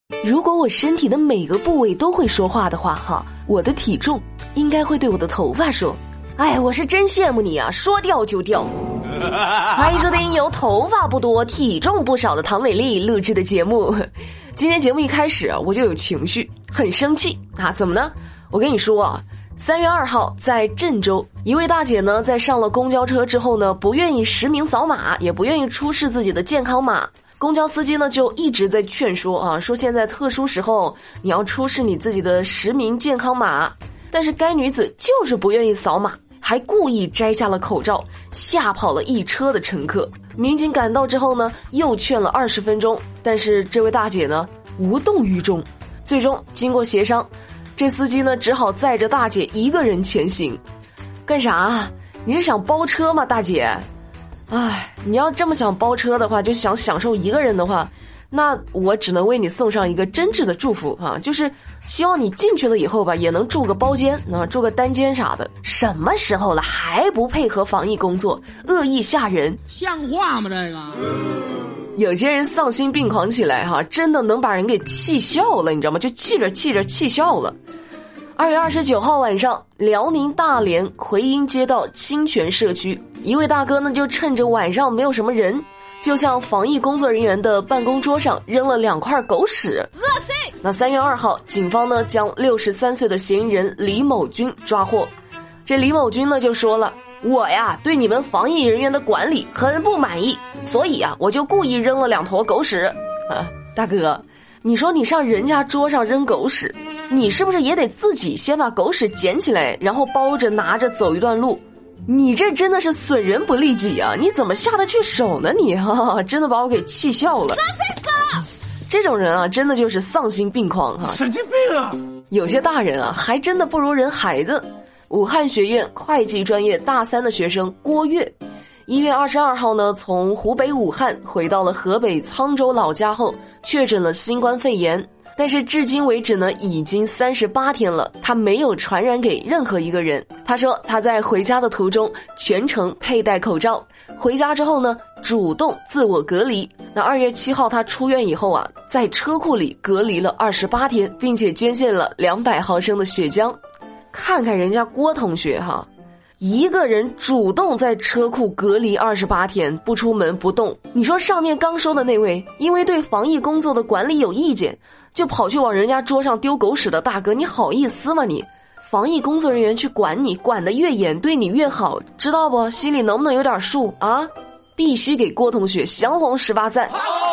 如果我身体的每个部位都会说话的话哈，我的体重应该会对我的头发说，哎，我是真羡慕你啊，说掉就掉。欢迎收听由头发不多体重不少的唐美丽录制的节目。今天节目一开始我就有情绪，很生气啊！怎么呢？我跟你说啊，3月2号在郑州，一位大姐呢在上了公交车之后呢，不愿意实名扫码，也不愿意出示自己的健康码。公交司机呢就一直在劝说啊，说现在特殊时候你要出示你自己的实名健康码，但是该女子就是不愿意扫码，还故意摘下了口罩，吓跑了一车的乘客。民警赶到之后呢，又劝了20分钟，但是这位大姐呢无动于衷。最终经过协商，这司机呢只好载着大姐一个人前行。干啥？你是想包车吗，大姐？哎，你要这么想包车的话，就想享受一个人的话，那我只能为你送上一个真挚的祝福啊，就是希望你进去了以后吧，也能住个包间啊，住个单间啥的。什么时候了还不配合防疫工作，恶意吓人， 像话吗？这个有些人丧心病狂起来哈，真的能把人给气笑了，你知道吗？就气着气笑了。2月29号晚上，辽宁大连奎英街道清泉社区，一位大哥呢就趁着晚上没有什么人，就向防疫工作人员的办公桌上扔了2块狗屎，恶心。那3月2号，警方呢将63岁的嫌疑人李某军抓获。这李某军呢就说了，我呀对你们防疫人员的管理很不满意，所以啊我就故意扔了2坨狗屎。啊，大哥，你说你上人家桌上扔狗屎，你是不是也得自己先把狗屎捡起来，然后包着拿着走一段路？你这真的是损人不利己啊！你怎么下得去手呢你？真的把我给气笑了。这种人啊，真的就是丧心病狂哈， 神经病啊！ 有些大人啊，还真的不如人孩子。武汉学院会计专业大3的学生郭跃，1月22号呢，从湖北武汉回到了河北沧州老家后，确诊了新冠肺炎。但是至今为止呢，已经38天了，他没有传染给任何一个人。他说他在回家的途中全程佩戴口罩，回家之后呢，主动自我隔离。那2月7号他出院以后啊，在车库里隔离了28天，并且捐献了200毫升的血浆。看看人家郭同学哈，一个人主动在车库隔离28天，不出门不动。你说上面刚说的那位，因为对防疫工作的管理有意见，就跑去往人家桌上丢狗屎的大哥，你好意思吗你？防疫工作人员去管你，管得越严，对你越好，知道不？心里能不能有点数啊？必须给郭同学降红18赞。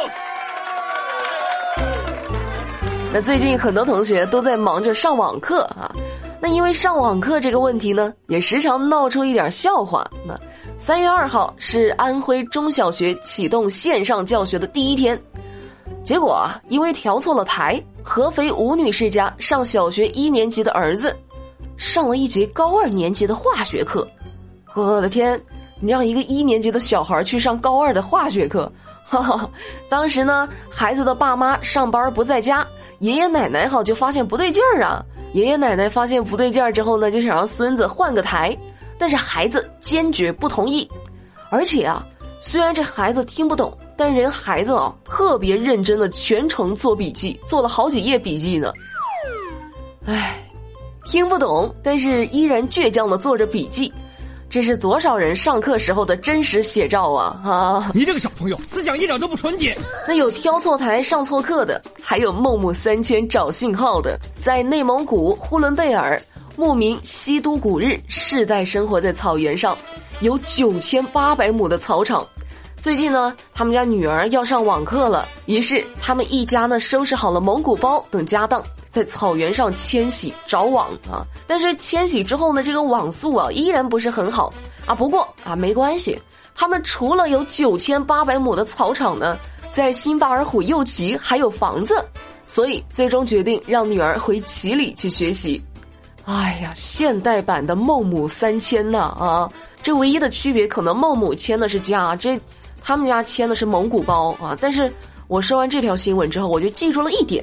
那最近很多同学都在忙着上网课啊，那因为上网课这个问题呢，也时常闹出一点笑话。那3月2号是安徽中小学启动线上教学的第1天，结果啊，因为调错了台，合肥吴女士家上小学1年级的儿子上了一节高2年级的化学课。我的天，你让一个1年级的小孩去上高2的化学课，哈哈！当时呢，孩子的爸妈上班不在家，爷爷奶奶就发现不对劲儿啊。爷爷奶奶发现不对劲儿之后呢，就想让孙子换个台，但是孩子坚决不同意。而且啊，虽然这孩子听不懂，但人孩子特别认真的全程做笔记，做了好几页笔记呢。唉，听不懂，但是依然倔强的做着笔记，这是多少人上课时候的真实写照啊！ 你这个小朋友思想一点都不纯洁。 那有挑错台上错课的，还有梦母3000找信号的。在内蒙古呼伦贝尔，牧民西都古日世代生活在草原上，有9800亩的草场。最近呢，他们家女儿要上网课了，于是他们一家呢收拾好了蒙古包等家当，在草原上迁徙找网啊。但是迁徙之后呢，这个网速依然不是很好啊。不过没关系，他们除了有9800亩的草场呢，在新巴尔虎右旗还有房子，所以最终决定让女儿回旗里去学习。哎呀，现代版的孟母3000呐啊！这唯一的区别可能孟母迁的是家，他们家迁的是蒙古包啊。但是我说完这条新闻之后，我就记住了一点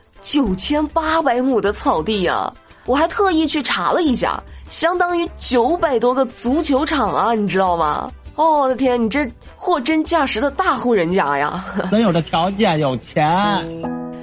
，9800亩的草地啊，我还特意去查了一下，相当于900多个足球场啊，你知道吗？哦，我的天，你这货真价实的大户人家呀！ 能有这条件，有钱。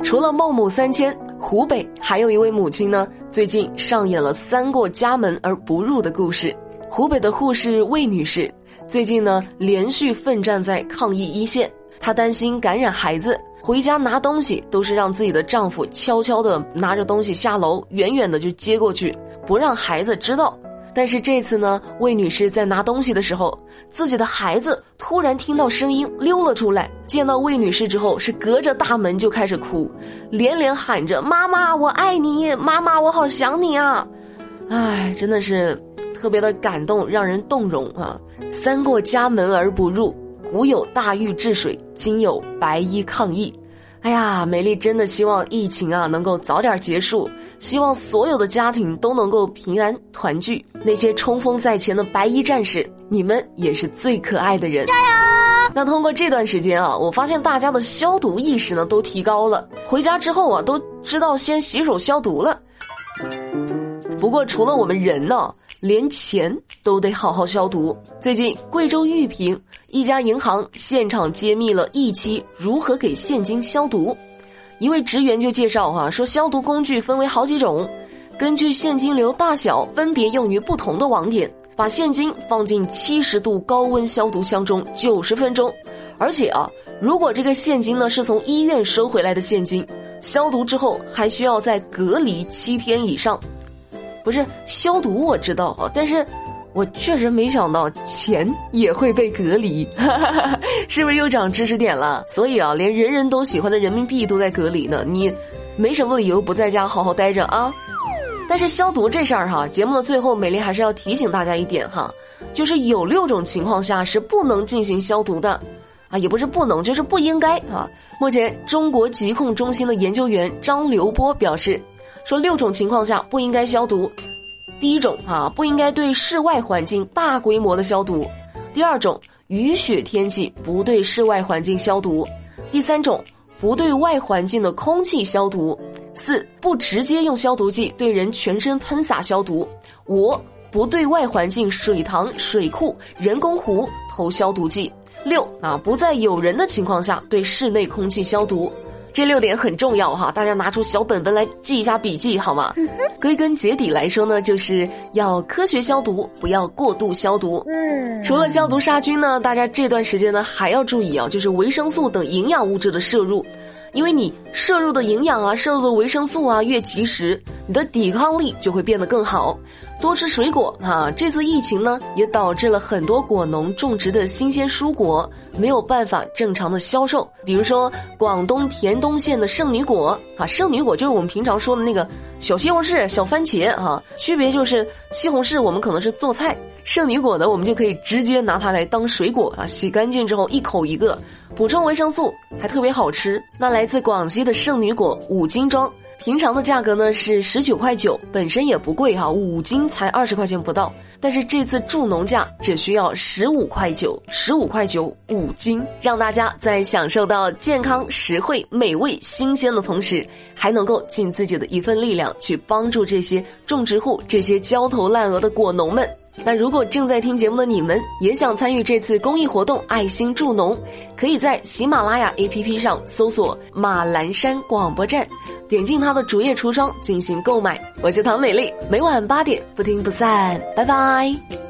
除了孟母三迁，湖北还有一位母亲呢，最近上演了3过家门而不入的故事。湖北的护士魏女士最近呢连续奋战在抗疫一线，她担心感染孩子，回家拿东西都是让自己的丈夫悄悄地拿着东西下楼，远远的就接过去，不让孩子知道。但是这次呢，魏女士在拿东西的时候，自己的孩子突然听到声音溜了出来，见到魏女士之后是隔着大门就开始哭，连连喊着妈妈我爱你，妈妈我好想你啊。唉，真的是特别的感动，让人动容啊。3过家门而不入，古有大禹治水，今有白衣抗疫。哎呀，美丽真的希望疫情啊能够早点结束，希望所有的家庭都能够平安团聚。那些冲锋在前的白衣战士，你们也是最可爱的人，加油！那通过这段时间啊，我发现大家的消毒意识呢都提高了，回家之后啊都知道先洗手消毒了。不过除了我们人呢，连钱都得好好消毒。最近贵州玉屏一家银行现场揭秘了疫期如何给现金消毒。一位职员就介绍说消毒工具分为好几种，根据现金流大小分别用于不同的网点，把现金放进70度高温消毒箱中90分钟。而且如果这个现金呢是从医院收回来的现金，消毒之后还需要再隔离7天以上。不是消毒我知道但是我确实没想到钱也会被隔离，是不是又长知识点了？所以连人人都喜欢的人民币都在隔离呢，你没什么理由不在家好好待着啊。但是消毒这事儿节目的最后美丽还是要提醒大家一点就是有6种情况下是不能进行消毒的也不是不能，就是不应该目前中国疾控中心的研究员张刘波表示说6种情况下不应该消毒。第一种不应该对室外环境大规模的消毒。第2种，雨雪天气不对室外环境消毒。第3种，不对外环境的空气消毒。4，不直接用消毒剂对人全身喷洒消毒。5，不对外环境水塘、水库、人工湖投消毒剂。6，不在有人的情况下对室内空气消毒。这6点很重要大家拿出小本本来记一下笔记好吗？归根结底来说呢，就是要科学消毒，不要过度消毒。除了消毒杀菌呢，大家这段时间呢还要注意就是维生素等营养物质的摄入。因为你摄入的营养摄入的维生素越及时，你的抵抗力就会变得更好。多吃水果这次疫情呢也导致了很多果农种植的新鲜蔬果没有办法正常的销售。比如说广东田东县的圣女果圣女果就是我们平常说的那个小西红柿、小番茄区别就是西红柿我们可能是做菜，圣女果呢我们就可以直接拿它来当水果洗干净之后一口一个，补充维生素，还特别好吃。那来自广西的圣女果5斤装，平常的价格呢是19.9块，本身也不贵5斤才20块钱不到。但是这次助农价只需要15.9块，15.9块5斤，让大家在享受到健康、实惠、美味、新鲜的同时，还能够尽自己的一份力量去帮助这些种植户、这些焦头烂额的果农们。那如果正在听节目的你们也想参与这次公益活动爱心助农，可以在喜马拉雅 APP 上搜索马栏山广播站，点进它的主页橱窗进行购买。我是唐美丽，每晚8点不听不散，拜拜。